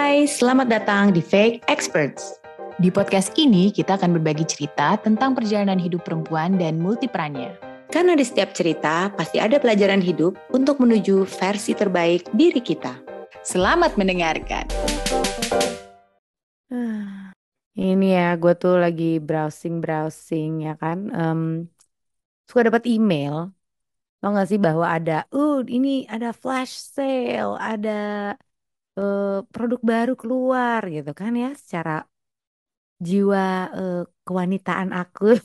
Hai, selamat datang di Fake Experts. Di podcast ini kita akan berbagi cerita tentang perjalanan hidup perempuan dan multiperannya. Karena di setiap cerita pasti ada pelajaran hidup untuk menuju versi terbaik diri kita. Selamat mendengarkan. Ini ya, gue tuh lagi browsing ya kan. Suka dapat email, tau gak sih bahwa ini ada flash sale, ada produk baru keluar gitu kan ya. Secara jiwa kewanitaan aku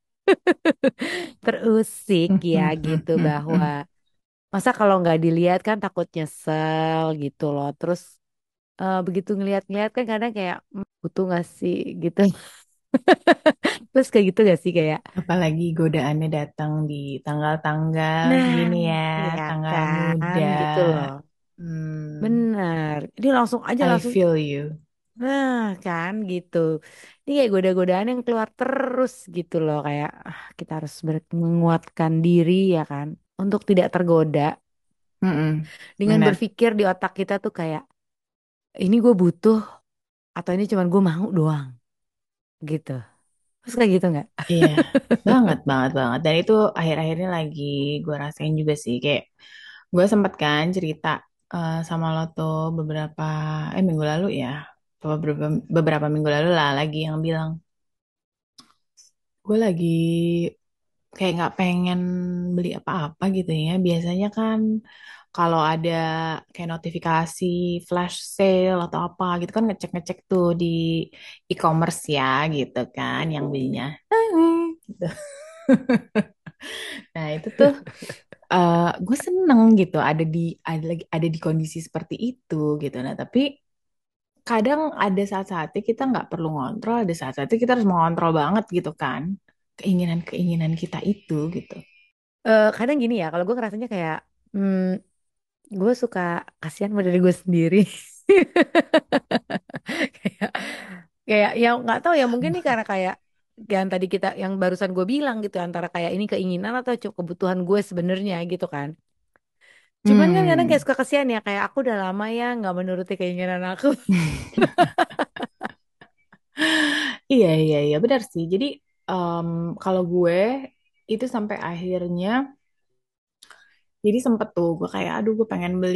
terusik ya gitu bahwa masa kalau nggak dilihat kan takut nyesel gitu loh. Terus begitu ngeliat-ngeliat kan kadang kayak butuh gak sih gitu. Terus kayak gitu gak sih kayak Apalagi godaannya datang di tanggal-tanggal nah gini ya, ya tanggal kan muda. gitu loh. Hmm, Bener. Ini langsung aja I langsung. feel you. Nah kan gitu. Ini kayak goda-godaan yang keluar terus gitu loh. Kayak kita harus menguatkan diri ya kan. Untuk tidak tergoda. Dengan Benar. berpikir di otak kita tuh kayak. Ini gue butuh. Atau ini cuman gue mau doang. Gitu. Terus kayak gitu gak? Iya, banget, banget, banget. Dan itu akhir-akhirnya lagi gue rasain juga sih. Kayak gue sempet kan cerita sama lo tuh minggu lalu ya. Beberapa minggu lalu lah lagi yang bilang, gue lagi kayak nggak pengen beli apa-apa gitu ya. Biasanya kan kalau ada kayak notifikasi flash sale atau apa gitu kan ngecek-ngecek tuh di e-commerce ya gitu kan yang belinya. Gitu. Nah itu tuh gue seneng gitu ada di kondisi seperti itu gitu. Nah tapi kadang ada saat-saatnya kita nggak perlu ngontrol, ada saat-saatnya kita harus mengontrol banget gitu kan keinginan-keinginan kita itu gitu. Kadang gini ya. Kalau gue ngerasanya kayak. Gue suka kasihan sama diri gue sendiri. kayak kayak yang nggak tahu ya mungkin nih karena kayak yang tadi kita yang barusan gue bilang gitu antara kayak ini keinginan atau kebutuhan gue sebenarnya gitu kan. Cuman kan kadang kayak Hmm. suka kasihan ya kayak aku udah lama ya nggak menuruti keinginan aku. Iya, iya, iya, benar sih. Jadi, em, kalau gue itu sampai akhirnya, jadi sempet tuh gue kayak, aduh, gue pengen beli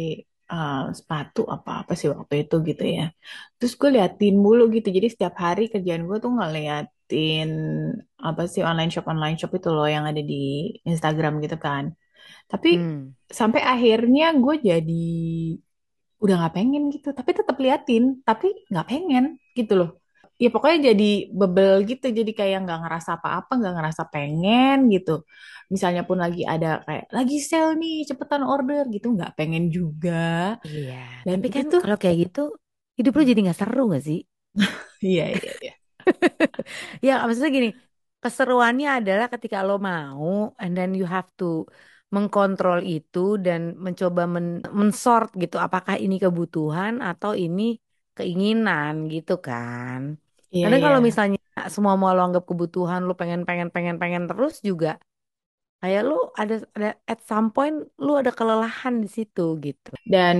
sepatu apa-apa sih waktu itu gitu ya. Terus gue liatin mulu gitu. Jadi setiap hari kerjaan gue tuh ngeliatin apa sih online shop itu loh yang ada di Instagram gitu kan. Tapi Hmm. sampai akhirnya gue jadi udah nggak pengen gitu. Tapi tetap liatin, tapi nggak pengen gitu loh. Ya pokoknya jadi bebel gitu, jadi kayak nggak ngerasa apa-apa, nggak ngerasa pengen gitu. Misalnya pun lagi ada kayak lagi sale nih, cepetan order gitu, nggak pengen juga. Iya, Dan tapi itu kan tuh, kalau kayak gitu hidup lu jadi nggak seru gak sih? iya, iya, iya. Ya, maksudnya gini, keseruannya adalah ketika lo mau, and then you have to mengkontrol itu dan mencoba mensort gitu, apakah ini kebutuhan atau ini keinginan gitu kan. Iya, Kadang iya. kalau misalnya semua mau lo anggap kebutuhan, lo pengen pengen pengen pengen terus juga, kayak lo ada at some point lo ada kelelahan di situ gitu. Dan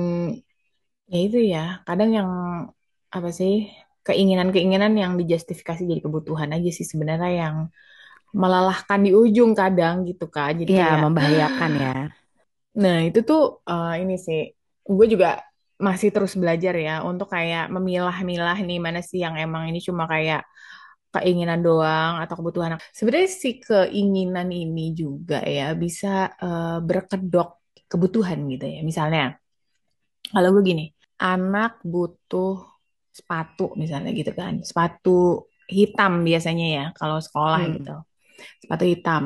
ya itu ya, kadang yang apa sih, keinginan-keinginan yang dijustifikasi jadi kebutuhan aja sih sebenarnya yang melelahkan di ujung kadang gitu kan. Jadi Iya, kayak membahayakan ya. nah, itu tuh ini sih, gue juga masih terus belajar ya untuk kayak memilah-milah nih mana sih yang emang ini cuma kayak keinginan doang atau kebutuhan. Sebenarnya si keinginan ini juga ya bisa berkedok kebutuhan gitu ya. Misalnya, kalau gue gini, anak butuh sepatu misalnya gitu kan, sepatu hitam biasanya ya kalau sekolah gitu, Hmm. sepatu hitam.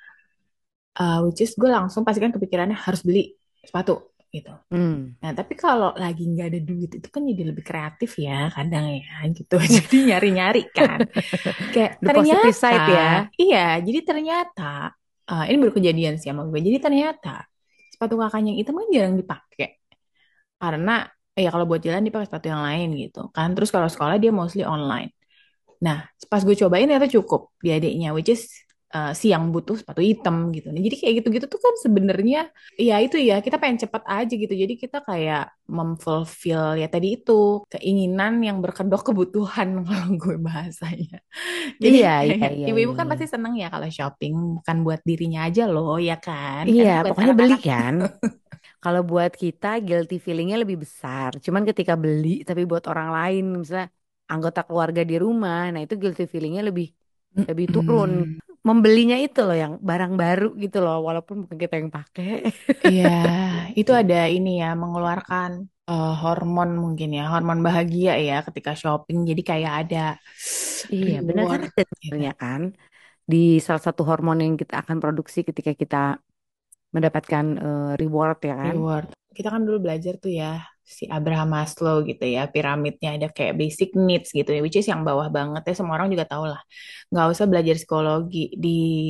Which is gue langsung pasti kan kepikirannya harus beli sepatu gitu. Hmm. Nah, tapi kalau lagi nggak ada duit itu kan jadi lebih kreatif ya kadang ya gitu. Jadi nyari-nyari kan. Kayak The positive ternyata, side ya. iya, jadi ternyata ini baru kejadian sih sama gue. Jadi ternyata sepatu kakaknya yang hitam kan jarang dipakai karena ya kalau buat jalan dipakai sepatu yang lain gitu kan. Terus kalau sekolah dia mostly online. Nah, pas gue cobain ternyata cukup di adiknya, which is si yang butuh sepatu hitam gitu. Nah, jadi kayak gitu-gitu tuh kan sebenarnya ya itu ya kita pengen cepet aja gitu. Jadi kita kayak memfulfill ya tadi itu keinginan yang berkedok kebutuhan kalau gue bahasanya. Jadi Iya, iya, kayak iya, ibu-ibu iya, kan iya. pasti seneng ya kalau shopping bukan buat dirinya aja loh ya kan. Iya, Karena buat pokoknya beli anak-anak. kan. Kalau buat kita guilty feelingnya lebih besar. Cuman ketika beli tapi buat orang lain, misalnya anggota keluarga di rumah, nah itu guilty feelingnya lebih lebih turun. Mm-mm. Membelinya itu loh yang barang baru gitu loh, walaupun bukan kita yang pakai. Iya, itu ada ini ya mengeluarkan hormon mungkin ya, hormon bahagia ya ketika shopping. Jadi kayak ada Iya, benar kan reward ada gitu. sebenarnya kan di salah satu hormon yang kita akan produksi ketika kita mendapatkan reward ya kan. Reward. Kita kan dulu belajar tuh ya si Abraham Maslow gitu ya, piramidnya ada kayak basic needs gitu ya, which is yang bawah banget ya semua orang juga tahu lah. Nggak usah belajar psikologi di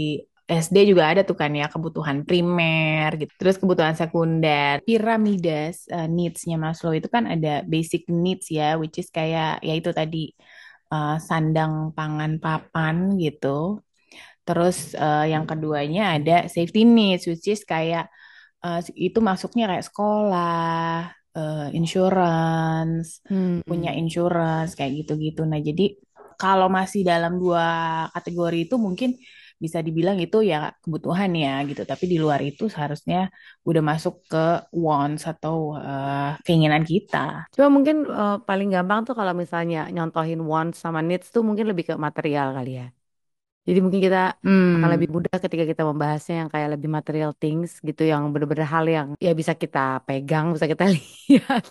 SD juga ada tuh kan ya kebutuhan primer gitu, terus kebutuhan sekunder. Piramida needs-nya Maslow itu kan ada basic needs ya, which is kayak ya itu tadi sandang, pangan, papan gitu. Terus yang keduanya ada safety needs, which is kayak itu masuknya kayak sekolah, insurance, punya Hmm. insurance kayak gitu-gitu. Nah, jadi kalau masih dalam dua kategori itu mungkin bisa dibilang itu ya kebutuhan ya gitu. Tapi di luar itu seharusnya udah masuk ke wants atau keinginan kita. Cuma mungkin paling gampang tuh kalau misalnya nyontohin wants sama needs tuh mungkin lebih ke material kali ya. Jadi mungkin kita akan Hmm, lebih mudah ketika kita membahasnya yang kayak lebih material things gitu, yang bener-bener hal yang ya bisa kita pegang, bisa kita lihat.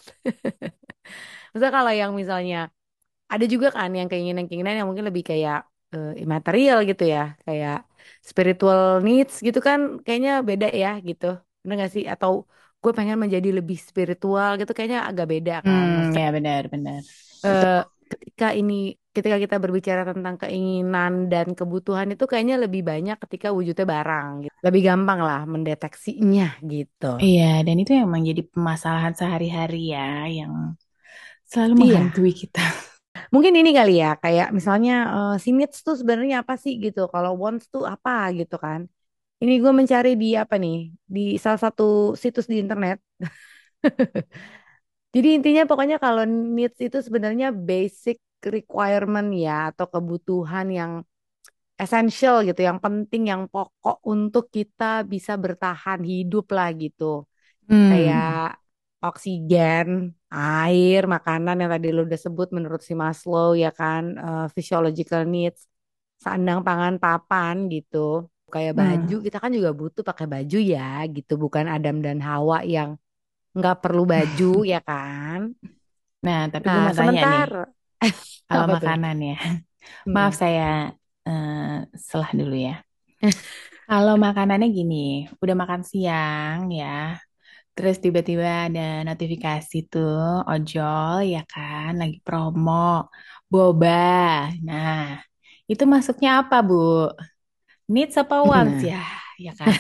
Misalnya kalau yang misalnya ada juga kan yang keinginan-keinginan yang mungkin lebih kayak immaterial gitu ya, kayak spiritual needs gitu kan, kayaknya beda ya gitu. Bener gak sih? Atau gue pengen menjadi lebih spiritual gitu, kayaknya agak beda kan. Maksudnya ya benar-benar. Itu eh, ketika kita berbicara tentang keinginan dan kebutuhan itu kayaknya lebih banyak ketika wujudnya barang gitu. Lebih gampang lah mendeteksinya gitu. iya, dan itu yang menjadi permasalahan sehari-hari ya, yang selalu Iya, menghantui kita. mungkin ini kali ya, kayak misalnya si needs tuh sebenarnya apa sih gitu. Kalau wants tuh apa gitu kan. Ini gue mencari di apa nih, di salah satu situs di internet. Jadi intinya pokoknya kalau needs itu sebenarnya basic requirement ya, atau kebutuhan yang essential gitu, yang penting, yang pokok untuk kita bisa bertahan hidup lah gitu. Kayak Hmm. oksigen, air, makanan yang tadi lu udah sebut menurut si Maslow ya kan, physiological needs, sandang, pangan, papan gitu. Kayak baju, Hmm. kita kan juga butuh pakai baju ya gitu, bukan Adam dan Hawa yang nggak perlu baju ya kan. Nah, tapi gue Nah, mau tanya nih, sementara kalau apa tuh? makanan ya, maaf Hmm. saya eh, salah dulu ya. Kalau makanannya gini, udah makan siang ya, terus tiba-tiba ada notifikasi tuh, ojol ya kan, lagi promo, boba. Nah, itu masuknya apa, Bu? Needs apa wants Nah, ya? Ya kan?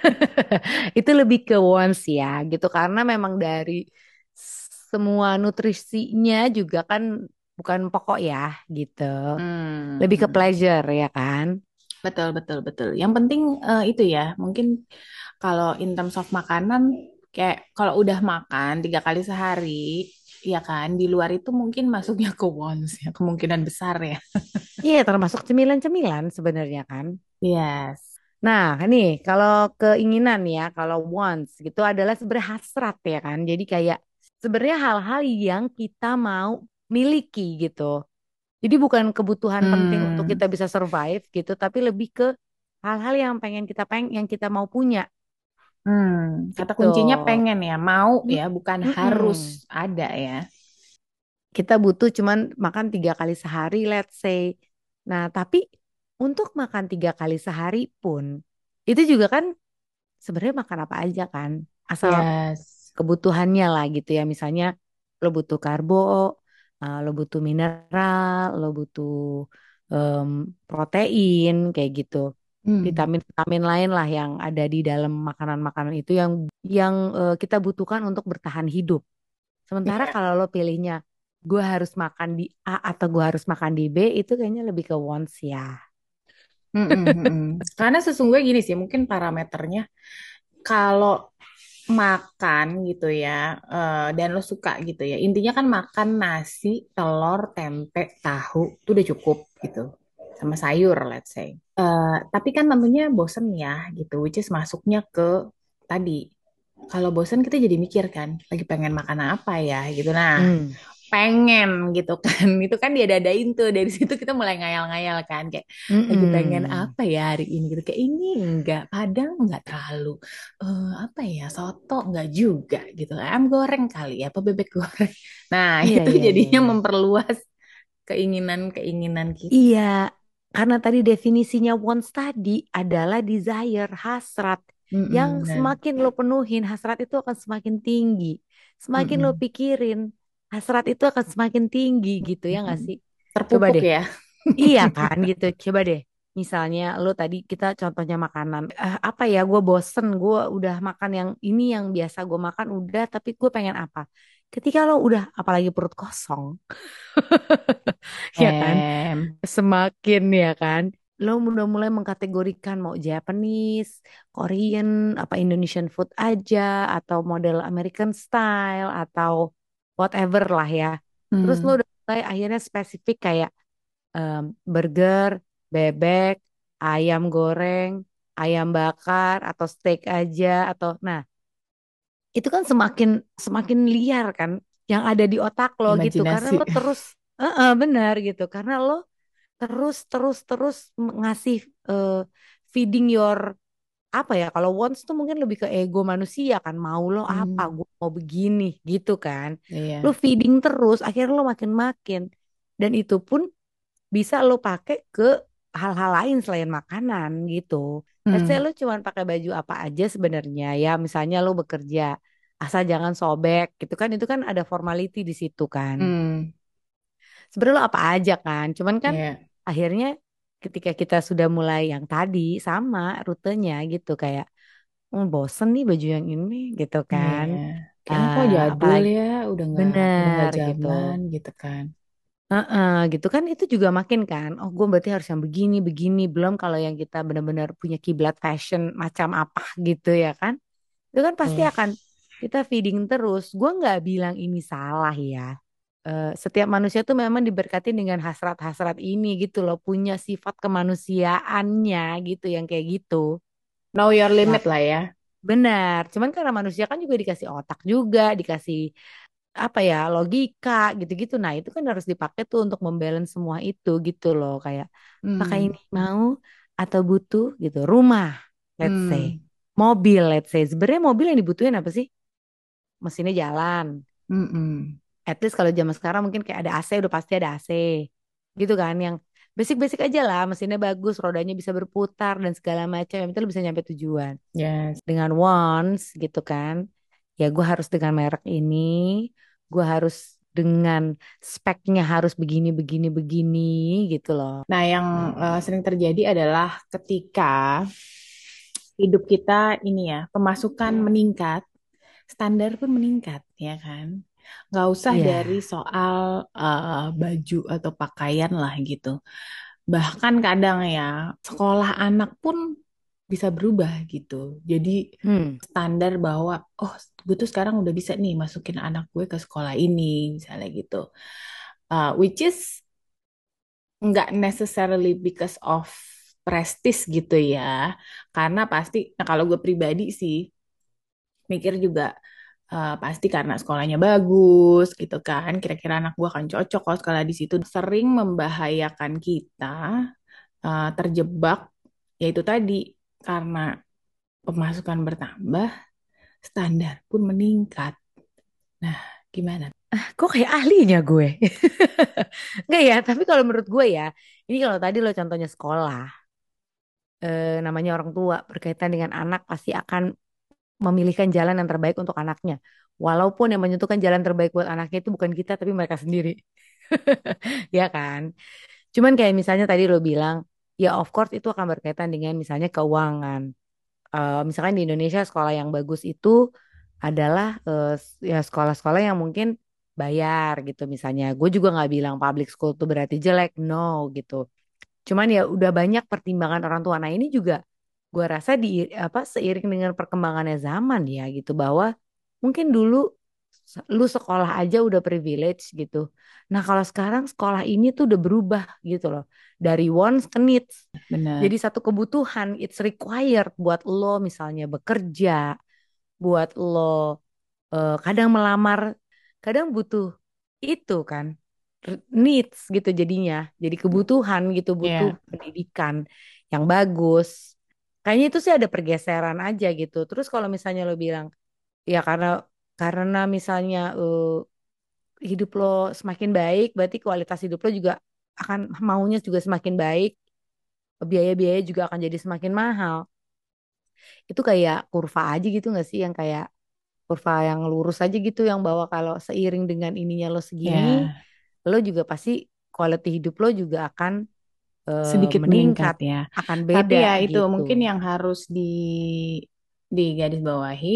itu lebih ke wants ya gitu, karena memang dari semua nutrisinya juga kan bukan pokok ya gitu. Lebih ke Hmm. pleasure ya kan. Betul, betul, betul. Yang penting itu ya, mungkin kalau in terms of makanan, kayak kalau udah makan 3 kali sehari, ya kan, di luar itu mungkin masuknya ke wants ya, kemungkinan besar ya. Iya, termasuk cemilan-cemilan sebenarnya kan. Yes. Nah, nih kalau keinginan ya, kalau wants gitu adalah sebenarnya hasrat ya kan. Jadi kayak sebenarnya hal-hal yang kita mau miliki gitu. Jadi bukan kebutuhan penting untuk Hmm, kita bisa survive gitu, tapi lebih ke hal-hal yang yang kita mau punya kata gitu. kuncinya pengen ya, mau ya, bukan harus Mm-mm. ada ya. Kita butuh cuman makan 3 kali sehari, let's say. Nah, tapi untuk makan 3 kali sehari pun itu juga kan sebenarnya makan apa aja kan, asal Yes. kebutuhannya lah gitu ya. Misalnya lo butuh karbo, lo butuh mineral, lo butuh em, protein kayak gitu. Hmm. Vitamin-vitamin lain lah yang ada di dalam makanan-makanan itu yang kita butuhkan untuk bertahan hidup. Sementara Iya. kalau lo pilihnya gue harus makan di A atau gue harus makan di B, itu kayaknya lebih ke wants ya. Mm-mm, mm-mm. Karena sesungguhnya gini sih, mungkin parameternya kalau makan gitu ya, dan lo suka gitu ya. Intinya kan makan nasi, telur, tempe, tahu, itu udah cukup gitu. Sama sayur, let's say. Tapi kan tentunya bosen ya gitu, which is masuknya ke tadi. Kalau bosen kita jadi mikir kan, lagi pengen makan apa ya gitu. Nah, Hmm. pengen gitu kan itu kan dia dadain tuh dari situ kita mulai ngayal-ngayal kan kayak lagi pengen Mm-mm. apa ya hari ini gitu kayak ini enggak padang enggak terlalu. Apa ya soto enggak juga gitu ayam goreng kali ya apa bebek goreng nah Iya, itu iya, iya, jadinya iya. memperluas keinginan-keinginan kita. Iya, karena tadi definisinya wants tadi adalah desire, hasrat. Yang Mm-mm, dan semakin lo penuhin, hasrat itu akan semakin tinggi. Semakin lo mm-mm, pikirin, hasrat itu akan semakin tinggi gitu ya nggak mm-mm. sih? Coba Terpupuk deh. ya. Iya kan gitu. Coba deh. Misalnya lo tadi kita contohnya makanan. Apa ya gue bosen. Gue udah makan yang ini yang biasa gue makan udah. Tapi gue pengen apa. Ketika lo udah apalagi perut kosong. Ya kan. em Semakin ya kan. Lo udah mulai mengkategorikan mau Japanese, Korean, apa Indonesian food aja. Atau model American style. Atau whatever lah ya. Terus lo hmm, udah mulai akhirnya spesifik kayak burger, bebek, ayam goreng, ayam bakar atau steak aja atau nah itu kan semakin semakin liar kan yang ada di otak lo gitu karena imajinasi. lo terus benar gitu karena lo terus terus terus ngasih eh, feeding your apa ya kalau wants tuh mungkin lebih ke ego manusia kan mau lo apa Hmm, gue mau begini gitu kan lo iya. feeding terus akhirnya lo makin makin dan itu pun bisa lo pakai ke hal-hal lain selain makanan gitu. Let's say Hmm, lo cuma pakai baju apa aja sebenarnya ya, misalnya lo bekerja asal jangan sobek gitu kan itu kan ada formality di situ kan. hmm, Sebenarnya lo apa aja kan, cuman kan iya. akhirnya ketika kita sudah mulai yang tadi sama rutenya gitu kayak bosen nih baju yang ini gitu Iya, kan. kayaknya kok jadul Apalagi ya, udah nggak bener gitu. zaman gitu kan. Heeh, gitu kan itu juga makin kan oh gue berarti harus yang begini begini belum kalau yang kita benar-benar punya kiblat fashion macam apa gitu ya kan itu kan pasti Tuh. akan kita feeding terus gue nggak bilang ini salah ya. Setiap manusia tuh memang diberkati dengan hasrat-hasrat ini gitu loh punya sifat kemanusiaannya gitu yang kayak gitu Know your ya limit lah ya. benar cuman karena manusia kan juga dikasih otak juga dikasih apa ya logika gitu-gitu. Nah itu kan harus dipakai tuh untuk membalance semua itu gitu loh kayak pakai Hmm, ini mau atau butuh gitu. Rumah, let's say, hmm, mobil, let's say. Sebenarnya mobil yang dibutuhin apa sih? Mesinnya jalan. hmm, At least kalau zaman sekarang mungkin kayak ada AC udah pasti ada AC gitu kan yang basic-basic aja lah mesinnya bagus rodanya bisa berputar dan segala macam yang penting lu bisa nyampe tujuan yes. dengan wants gitu kan ya gue harus dengan merek ini gue harus dengan speknya harus begini begini begini gitu loh. Nah, yang sering terjadi adalah ketika hidup kita ini ya, pemasukan meningkat, standar pun meningkat, ya kan? Nggak usah Iya. dari soal baju atau pakaian lah gitu. Bahkan kadang ya, sekolah anak pun bisa berubah gitu. Jadi Hmm. standar bahwa, oh gue tuh sekarang udah bisa nih masukin anak gue ke sekolah ini, misalnya gitu. Which is nggak necessarily because of prestige gitu ya. Karena pasti, nah kalau gue pribadi sih, mikir juga pasti karena sekolahnya bagus gitu kan. Kira-kira anak gue akan cocok kalau sekolah di situ. Sering membahayakan kita terjebak yaitu tadi karena pemasukan bertambah, standar pun meningkat. Nah, gimana? Kok kayak ahlinya gue. Enggak ya tapi kalau menurut gue ya ini kalau tadi lo contohnya sekolah namanya orang tua berkaitan dengan anak pasti akan memilihkan jalan yang terbaik untuk anaknya. Walaupun yang menentukan jalan terbaik buat anaknya itu bukan kita tapi mereka sendiri. Ya kan? Cuman kayak misalnya tadi lo bilang, ya of course itu akan berkaitan dengan misalnya keuangan. Misalkan di Indonesia sekolah yang bagus itu adalah ya sekolah-sekolah yang mungkin bayar gitu misalnya. Gue juga nggak bilang public school itu berarti jelek, no gitu. Cuman ya udah banyak pertimbangan orang tua. Nah ini juga gue rasa seiring dengan perkembangannya zaman ya gitu, bahwa mungkin dulu lu sekolah aja udah privilege gitu. Nah kalau sekarang sekolah ini tuh udah berubah gitu loh. Dari wants ke needs. Benar. Jadi satu kebutuhan, it's required buat lo misalnya bekerja, buat lo kadang melamar, kadang butuh itu kan, needs gitu jadinya. Jadi kebutuhan gitu, butuh Iya, pendidikan yang bagus. Kayaknya itu sih ada pergeseran aja gitu. Terus kalau misalnya lo bilang, ya karena misalnya hidup lo semakin baik, berarti kualitas hidup lo juga akan maunya juga semakin baik, biaya-biaya juga akan jadi semakin mahal. Itu kayak kurva aja gitu nggak sih, yang kayak kurva yang lurus aja gitu, yang bahwa kalau seiring dengan ininya lo segini, ya, lo juga pasti quality hidup lo juga akan sedikit meningkat meningkat, ya. akan Tapi beda ya itu gitu. mungkin yang harus di garis bawahi,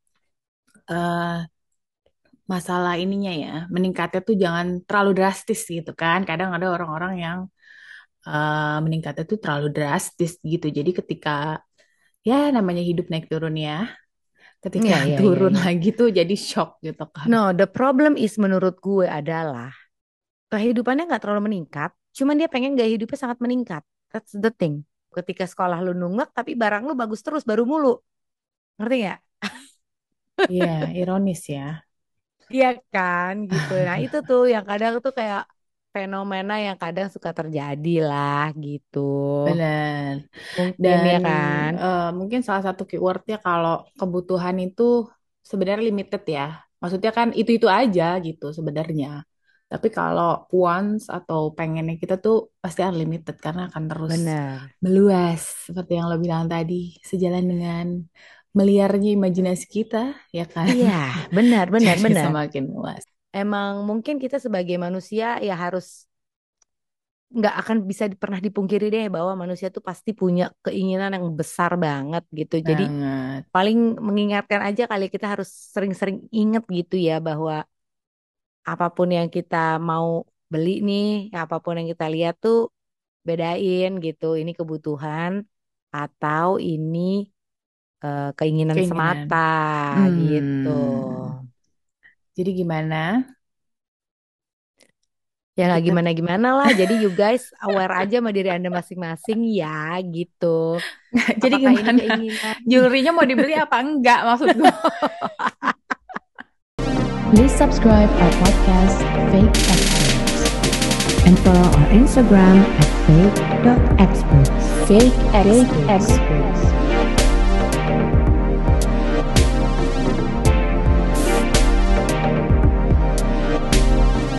eh masalah ininya ya, meningkatnya tuh jangan terlalu drastis gitu kan. Kadang ada orang-orang yang meningkatnya tuh terlalu drastis gitu. Jadi ketika ya namanya hidup naik turun ya, ketika Iya, iya, iya, turun iya. lagi tuh jadi shock gitu kan. No, the problem is menurut gue adalah kehidupannya nggak terlalu meningkat, cuman dia pengen gaya hidupnya sangat meningkat. That's the thing. Ketika sekolah lu nunggak, tapi barang lu bagus terus, baru mulu. Ngerti nggak? Iya, ironis ya. Iya kan, gitu. Nah itu tuh yang kadang tuh kayak fenomena yang kadang suka terjadi lah gitu. Benar. Mungkin Dan ya kan. mungkin salah satu keywordnya kalau kebutuhan itu sebenarnya limited ya. Maksudnya kan itu-itu aja gitu sebenarnya. Tapi kalau wants atau pengennya kita tuh pasti unlimited karena akan terus Benar. meluas seperti yang lo bilang tadi, sejalan dengan meliarnya imajinasi kita, ya kan? Iya, benar, benar, Jadi benar. semakin luas. Emang mungkin kita sebagai manusia ya harus, nggak akan bisa pernah dipungkiri deh bahwa manusia tuh pasti punya keinginan yang besar banget gitu. Jadi Banget. paling mengingatkan aja kali, kita harus sering-sering inget gitu ya bahwa apapun yang kita mau beli nih, apapun yang kita lihat tuh bedain gitu. Ini kebutuhan atau ini keinginan Keinginan. semata gitu. Hmm. Jadi gimana? Ya nggak Kita gimana-gimana lah. Jadi you guys aware aja sama diri Anda masing-masing ya gitu. jadi Apakah ini gimana? keinginan? Jewelry-nya mau dibeli apa enggak maksud gue? Please subscribe our podcast Fake Experts and follow our Instagram at fake.experts. Fake experts.